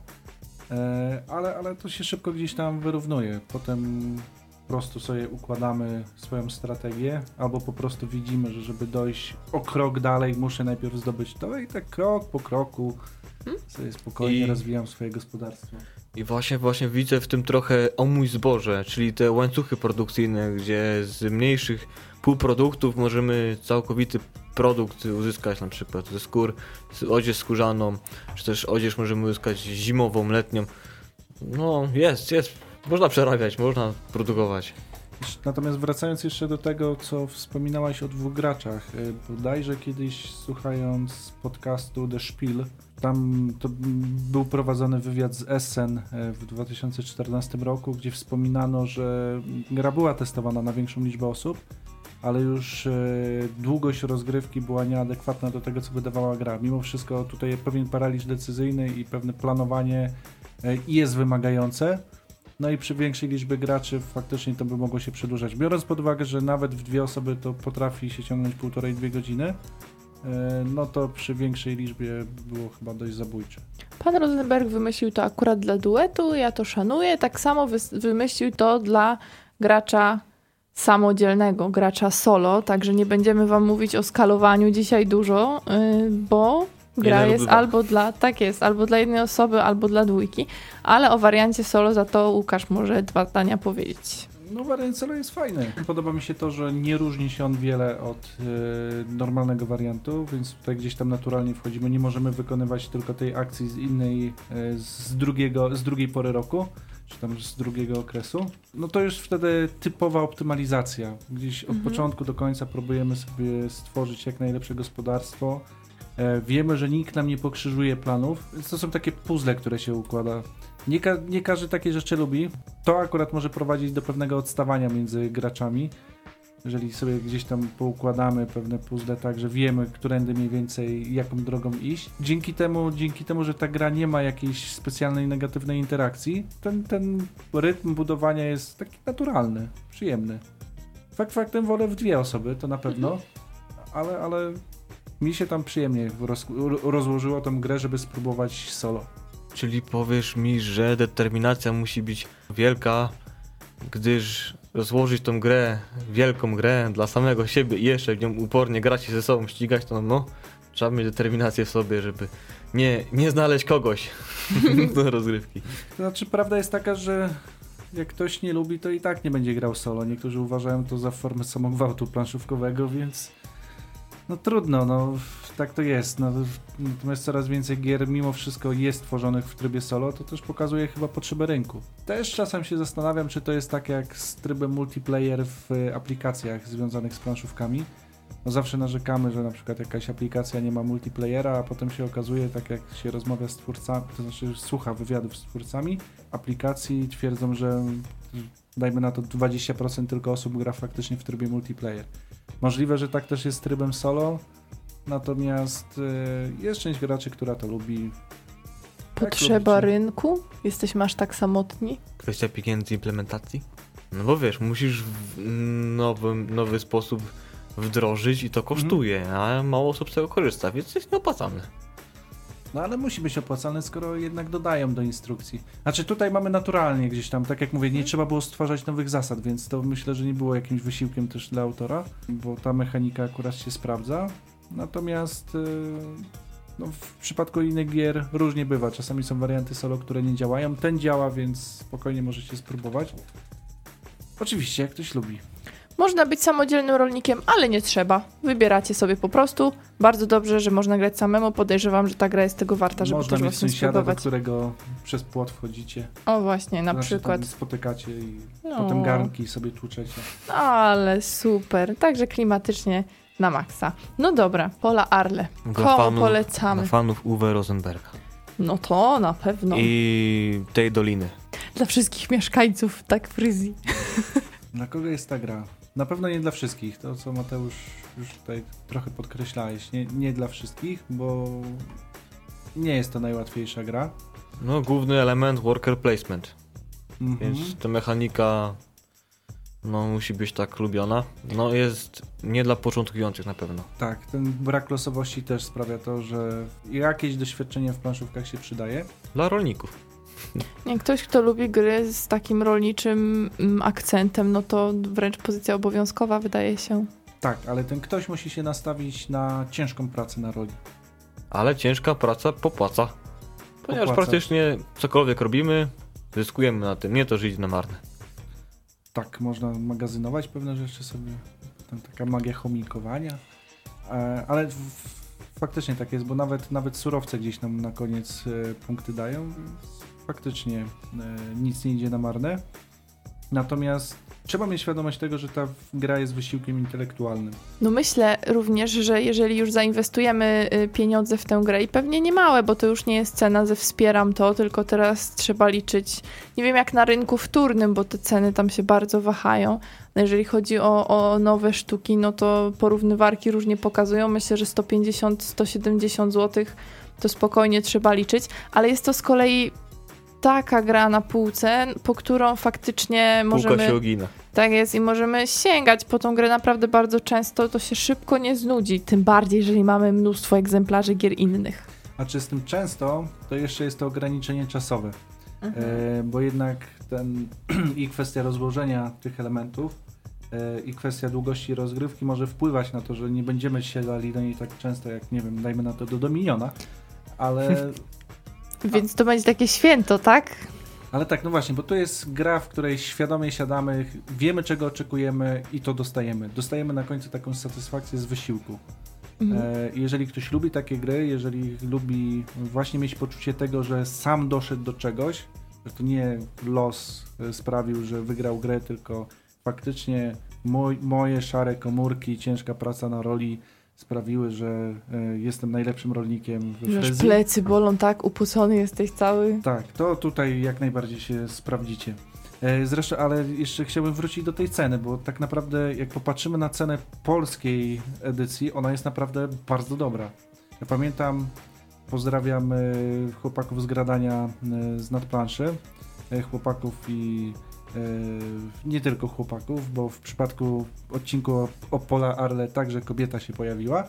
E, ale, ale to się szybko gdzieś tam wyrównuje. Potem po prostu sobie układamy swoją strategię, albo po prostu widzimy, że żeby dojść o krok dalej, muszę najpierw zdobyć to i tak krok po kroku sobie spokojnie I... rozwijam swoje gospodarstwo. I właśnie, właśnie widzę w tym trochę o mój zboże, czyli te łańcuchy produkcyjne, gdzie z mniejszych półproduktów możemy całkowity produkt uzyskać, na przykład ze skór, odzież skórzaną, czy też odzież możemy uzyskać zimową, letnią. No jest, jest, można przerabiać, można produkować. Natomiast wracając jeszcze do tego, co wspominałaś o dwóch graczach, bodajże kiedyś słuchając podcastu The Spiel, tam to był prowadzony wywiad z Essen w dwa tysiące czternastym roku, gdzie wspominano, że gra była testowana na większą liczbę osób, ale już długość rozgrywki była nieadekwatna do tego, co wydawała gra. Mimo wszystko tutaj pewien paraliż decyzyjny i pewne planowanie jest wymagające. No i przy większej liczbie graczy faktycznie to by mogło się przedłużać. Biorąc pod uwagę, że nawet w dwie osoby to potrafi się ciągnąć półtorej, dwie godziny, no to przy większej liczbie było chyba dość zabójcze. Pan Rosenberg wymyślił to akurat dla duetu, ja to szanuję. Tak samo wy- wymyślił to dla gracza samodzielnego, gracza solo, także nie będziemy wam mówić o skalowaniu dzisiaj dużo, yy, bo gra jest albo dla, tak jest, albo dla jednej osoby, albo dla dwójki, ale o wariancie solo za to Łukasz może dwa zdania powiedzieć. No wariant solo jest fajny. Podoba mi się to, że nie różni się on wiele od y, normalnego wariantu, więc tutaj gdzieś tam naturalnie wchodzimy. Nie możemy wykonywać tylko tej akcji z innej, y, z, drugiego, z drugiej pory roku, czy tam z drugiego okresu. No to już wtedy typowa optymalizacja. Gdzieś od mhm. początku do końca próbujemy sobie stworzyć jak najlepsze gospodarstwo. Wiemy, że nikt nam nie pokrzyżuje planów, więc to są takie puzzle, które się układa. Nie, ka- nie każdy takie rzeczy lubi. To akurat może prowadzić do pewnego odstawania między graczami. Jeżeli sobie gdzieś tam poukładamy pewne puzzle tak, że wiemy, którędy mniej więcej, jaką drogą iść. Dzięki temu, dzięki temu, że ta gra nie ma jakiejś specjalnej negatywnej interakcji, ten, ten rytm budowania jest taki naturalny, przyjemny. Fakt faktem wolę w dwie osoby, to na pewno, ale, ale mi się tam przyjemnie roz, rozłożyło tą grę, żeby spróbować solo. Czyli powiesz mi, że determinacja musi być wielka, gdyż rozłożyć tą grę, wielką grę dla samego siebie i jeszcze w nią upornie grać i ze sobą ścigać, to no, trzeba mieć determinację w sobie, żeby nie, nie znaleźć kogoś do rozgrywki. To znaczy, prawda jest taka, że jak ktoś nie lubi, to i tak nie będzie grał solo. Niektórzy uważają to za formę samogwałtu planszówkowego, więc no trudno, no tak to jest. No, natomiast coraz więcej gier mimo wszystko jest tworzonych w trybie solo, to też pokazuje chyba potrzebę rynku. Też czasem się zastanawiam, czy to jest tak jak z trybem multiplayer w aplikacjach związanych z planszówkami. No zawsze narzekamy, że na przykład jakaś aplikacja nie ma multiplayera, a potem się okazuje, tak jak się rozmawia z twórcami, to znaczy słucha wywiadów z twórcami aplikacji, twierdzą, że dajmy na to dwadzieścia procent tylko osób gra faktycznie w trybie multiplayer. Możliwe, że tak też jest z trybem solo, natomiast y, jest część graczy, która to lubi. Potrzeba tak rynku? Jesteśmy aż tak samotni? Kwestia pieniędzy implementacji? No bo wiesz, musisz w nowy, nowy sposób wdrożyć i to kosztuje, mm. a mało osób z tego korzysta, więc jest nieopłacalne. No ale musi być opłacalne, skoro jednak dodają do instrukcji. Znaczy tutaj mamy naturalnie gdzieś tam, tak jak mówię, nie trzeba było stwarzać nowych zasad, więc to myślę, że nie było jakimś wysiłkiem też dla autora, bo ta mechanika akurat się sprawdza. Natomiast yy, no, w przypadku innych gier różnie bywa. Czasami są warianty solo, które nie działają. Ten działa, więc spokojnie możecie spróbować. Oczywiście, jak ktoś lubi. Można być samodzielnym rolnikiem, ale nie trzeba. Wybieracie sobie po prostu. Bardzo dobrze, że można grać samemu. Podejrzewam, że ta gra jest tego warta, żeby można też mieć właśnie sąsiada, spróbować. do którego przez płot wchodzicie. O właśnie, na znaczy, przykład. Tam spotykacie i No. potem garnki sobie tłuczecie. Ale super. Także klimatycznie na maksa. No dobra, Pola Arle. Dla Komu fanów, polecamy? Dla fanów Uwe Rosenberga. No to na pewno. I tej doliny. Dla wszystkich mieszkańców tak Fryzji. Dla kogo jest ta gra? Na pewno nie dla wszystkich, to co Mateusz już tutaj trochę podkreślałeś, nie, nie dla wszystkich, bo nie jest to najłatwiejsza gra. No główny element worker placement, Mhm. więc ta mechanika no musi być tak lubiona. No jest nie dla początkujących na pewno. Tak, ten brak losowości też sprawia to, że jakieś doświadczenie w planszówkach się przydaje. Dla rolników. Nie, ktoś, kto lubi gry z takim rolniczym mm, akcentem, no to wręcz pozycja obowiązkowa wydaje się. Tak, ale ten ktoś musi się nastawić na ciężką pracę na roli. Ale ciężka praca popłaca. Ponieważ Popłaca. praktycznie cokolwiek robimy, zyskujemy na tym, nie to żyć na marne. Tak, można magazynować pewne rzeczy sobie, tam taka magia chomikowania, e, ale w, faktycznie tak jest, bo nawet, nawet surowce gdzieś nam na koniec e, punkty dają, więc faktycznie e, nic nie idzie na marne. Natomiast trzeba mieć świadomość tego, że ta gra jest wysiłkiem intelektualnym. No myślę również, że jeżeli już zainwestujemy y, pieniądze w tę grę i pewnie nie małe, bo to już nie jest cena, że wspieram to, tylko teraz trzeba liczyć, nie wiem jak na rynku wtórnym, bo te ceny tam się bardzo wahają. No jeżeli chodzi o, o nowe sztuki, no to porównywarki różnie pokazują. Myślę, że sto pięćdziesiąt do stu siedemdziesięciu złotych to spokojnie trzeba liczyć, ale jest to z kolei taka gra na półce, po którą faktycznie możemy... Półka się ogina. Tak jest i możemy sięgać po tą grę naprawdę bardzo często, to się szybko nie znudzi, tym bardziej, jeżeli mamy mnóstwo egzemplarzy gier innych. A czy z tym często, to jeszcze jest to ograniczenie czasowe, Mhm. e, bo jednak ten i kwestia rozłożenia tych elementów e, i kwestia długości rozgrywki może wpływać na to, że nie będziemy siadali do niej tak często jak, nie wiem, dajmy na to do Dominiona, ale... Więc to będzie takie święto, tak? Ale tak, no właśnie, bo to jest gra, w której świadomie siadamy, wiemy czego oczekujemy i to dostajemy. Dostajemy na końcu taką satysfakcję z wysiłku. Mhm. E, jeżeli ktoś lubi takie gry, jeżeli lubi właśnie mieć poczucie tego, że sam doszedł do czegoś, że to nie los sprawił, że wygrał grę, tylko faktycznie moj, moje szare komórki, ciężka praca na roli sprawiły, że e, jestem najlepszym rolnikiem w Już Frezji. plecy bolą, tak? Upucony jesteś cały. Tak, to tutaj jak najbardziej się sprawdzicie. Zresztą, ale jeszcze chciałbym wrócić do tej ceny, bo tak naprawdę jak popatrzymy na cenę polskiej edycji, ona jest naprawdę bardzo dobra. Ja pamiętam, pozdrawiam chłopaków z Gradania z Nadplanszy, chłopaków i nie tylko chłopaków, bo w przypadku odcinku o Pola Arle także kobieta się pojawiła,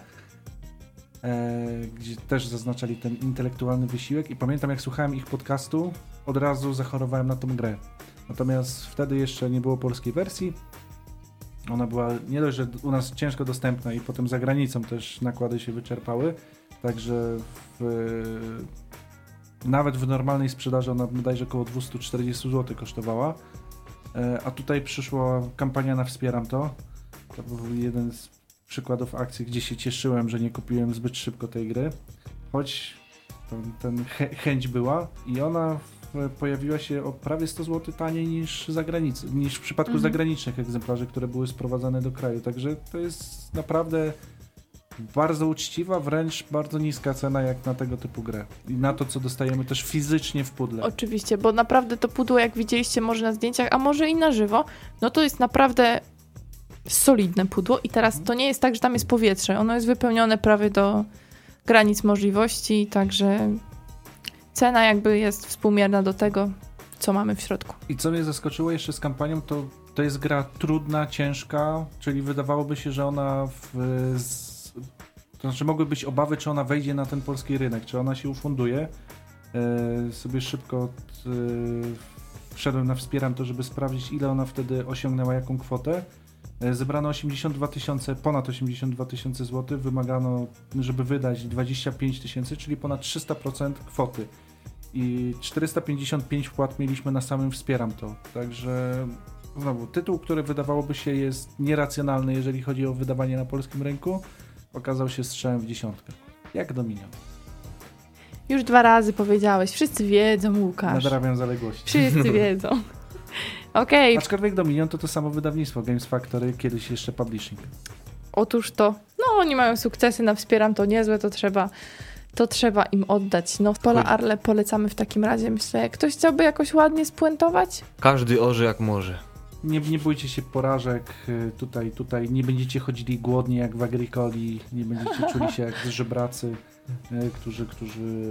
gdzie też zaznaczali ten intelektualny wysiłek i pamiętam, jak słuchałem ich podcastu, od razu zachorowałem na tą grę. Natomiast wtedy jeszcze nie było polskiej wersji. Ona była nie dość, że u nas ciężko dostępna i potem za granicą też nakłady się wyczerpały. Także w, nawet w normalnej sprzedaży ona bodajże około dwieście czterdzieści złotych kosztowała. A tutaj przyszła kampania na Wspieram to. To był jeden z przykładów akcji, gdzie się cieszyłem, że nie kupiłem zbyt szybko tej gry. Choć ten, ten chęć była i ona pojawiła się o prawie sto złotych taniej niż za granicą, niż w przypadku mhm. zagranicznych egzemplarzy, które były sprowadzane do kraju. Także to jest naprawdę bardzo uczciwa, wręcz bardzo niska cena jak na tego typu grę. I na to, co dostajemy też fizycznie w pudle. Oczywiście, bo naprawdę to pudło, jak widzieliście może na zdjęciach, a może i na żywo, no to jest naprawdę solidne pudło i teraz mhm. to nie jest tak, że tam jest powietrze. Ono jest wypełnione prawie do granic możliwości, także cena jakby jest współmierna do tego, co mamy w środku. I co mnie zaskoczyło jeszcze z kampanią, to to jest gra trudna, ciężka, czyli wydawałoby się, że ona w, z, to znaczy mogły być obawy, czy ona wejdzie na ten polski rynek, czy ona się ufunduje. E, sobie szybko e, wszedłem na Wspieram to, żeby sprawdzić, ile ona wtedy osiągnęła, jaką kwotę. E, zebrano osiemdziesiąt dwa tysiące, ponad osiemdziesiąt dwa tysiące złotych, wymagano, żeby wydać dwadzieścia pięć tysięcy, czyli ponad trzysta procent kwoty. I czterysta pięćdziesiąt pięć wpłat mieliśmy na samym Wspieram to. Także znowu, tytuł, który wydawałoby się jest nieracjonalny, jeżeli chodzi o wydawanie na polskim rynku, okazał się strzałem w dziesiątkę. Jak Dominion. Już dwa razy powiedziałeś. Wszyscy wiedzą, Łukasz. Nadrabiam zaległości. Wszyscy wiedzą. Okej. Okay. Aczkolwiek Dominion to to samo wydawnictwo, Games Factory, kiedyś jeszcze publishing. Otóż to. No, oni mają sukcesy na Wspieram, to niezłe, to trzeba... To trzeba im oddać. No, Pola Arle polecamy w takim razie, myślę. Ktoś chciałby jakoś ładnie spuentować? Każdy orze jak może. Nie, nie bójcie się porażek. Tutaj, tutaj nie będziecie chodzili głodni jak w Agricoli. Nie będziecie czuli się jak żebracy, którzy, którzy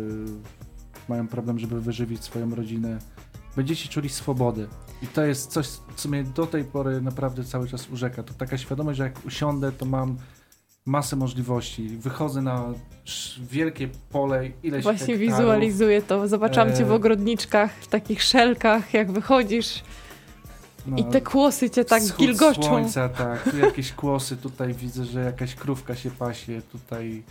mają problem, żeby wyżywić swoją rodzinę. Będziecie czuli swobodę. I to jest coś, co mnie do tej pory naprawdę cały czas urzeka. To taka świadomość, że jak usiądę, to mam masę możliwości. Wychodzę na wielkie pole, ileś Właśnie hektarów. Wizualizuję to. Zobaczyłam cię w ogrodniczkach, w takich szelkach, jak wychodzisz no, i te kłosy cię tak wschód gilgoczą. Słońca, tak. Tu jakieś kłosy, tutaj widzę, że jakaś krówka się pasie, tutaj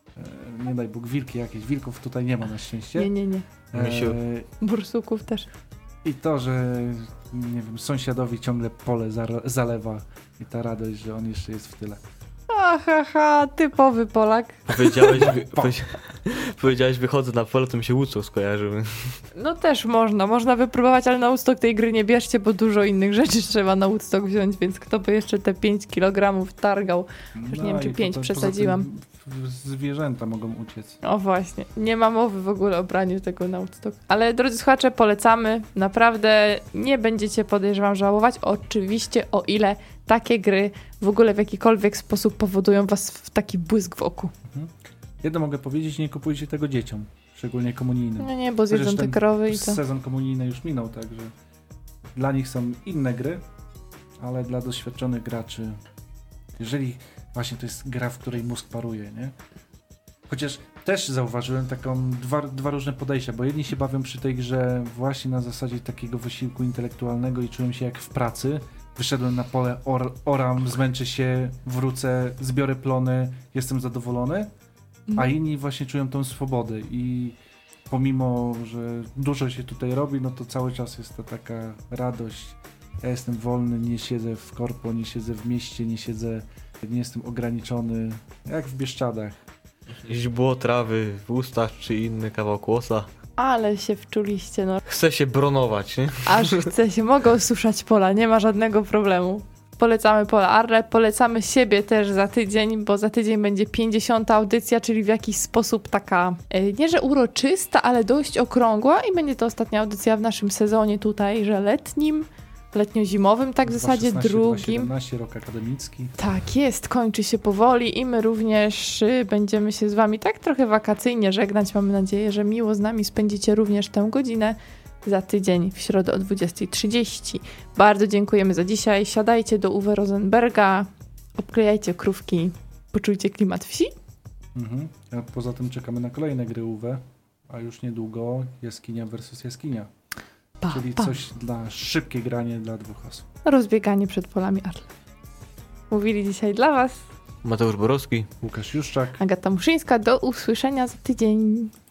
e, nie daj Bóg, wilki jakieś. Wilków tutaj nie ma na szczęście. Nie, nie, nie. E, Bursuków też. I to, że nie wiem, sąsiadowi ciągle pole zalewa i ta radość, że on jeszcze jest w tyle. Aha, ha, typowy Polak. Powiedziałeś, wy, powiedzia, powiedziałeś wychodzę na pole, to mi się Woodstock skojarzył. No też można, można wypróbować, ale na Woodstock tej gry nie bierzcie, bo dużo innych rzeczy trzeba na Woodstock wziąć, więc kto by jeszcze te pięć kilogramów targał? Już no nie wiem, czy pięć przesadziłam. Zwierzęta mogą uciec. O właśnie, nie ma mowy w ogóle o braniu tego na Woodstock. Ale drodzy słuchacze, polecamy. Naprawdę nie będziecie, podejrzewam, żałować. Oczywiście, o ile takie gry w ogóle w jakikolwiek sposób powodują was w taki błysk w oku. Mhm. Jedno mogę powiedzieć, nie kupujcie tego dzieciom, szczególnie komunijnym. No nie, bo zjedzą te krowy i to. Sezon komunijny już minął, także dla nich są inne gry, ale dla doświadczonych graczy, jeżeli właśnie to jest gra, w której mózg paruje, nie? Chociaż też zauważyłem taką dwa, dwa różne podejścia, bo jedni się bawią przy tej grze właśnie na zasadzie takiego wysiłku intelektualnego i czują się jak w pracy. Wyszedłem na pole, or, oram, zmęczę się, wrócę, zbiorę plony, jestem zadowolony, a inni właśnie czują tą swobodę i pomimo, że dużo się tutaj robi, no to cały czas jest to taka radość. Ja jestem wolny, nie siedzę w korpo, nie siedzę w mieście, nie siedzę, nie jestem ograniczony, jak w Bieszczadach. Źdźbło trawy w ustach, czy inny kawał kłosa. Ale się wczuliście, no. Chce się bronować, nie? Aż chce się, mogę osuszać pola, nie ma żadnego problemu. polecamy Pola Arle, polecamy siebie też za tydzień, bo za tydzień będzie pięćdziesiąta audycja, czyli w jakiś sposób taka, nie że uroczysta, ale dość okrągła i będzie to ostatnia audycja w naszym sezonie tutaj, że letnim, letnio-zimowym, tak w zasadzie drugim. siedemnaście, rok akademicki. Tak jest, kończy się powoli i my również y, będziemy się z wami tak trochę wakacyjnie żegnać. Mamy nadzieję, że miło z nami spędzicie również tę godzinę za tydzień w środę o dwudziesta trzydzieści. Bardzo dziękujemy za dzisiaj. Siadajcie do Uwe Rosenberga, obklejajcie krówki, poczujcie klimat wsi. Mhm. A poza tym czekamy na kolejne gry U W, a już niedługo jaskinia versus jaskinia. Pa, Czyli pa. coś dla szybkie granie dla dwóch osób. Rozbieganie przed polami Arle. Mówili dzisiaj dla was Mateusz Borowski. Łukasz Juszczak. Agata Muszyńska. Do usłyszenia za tydzień.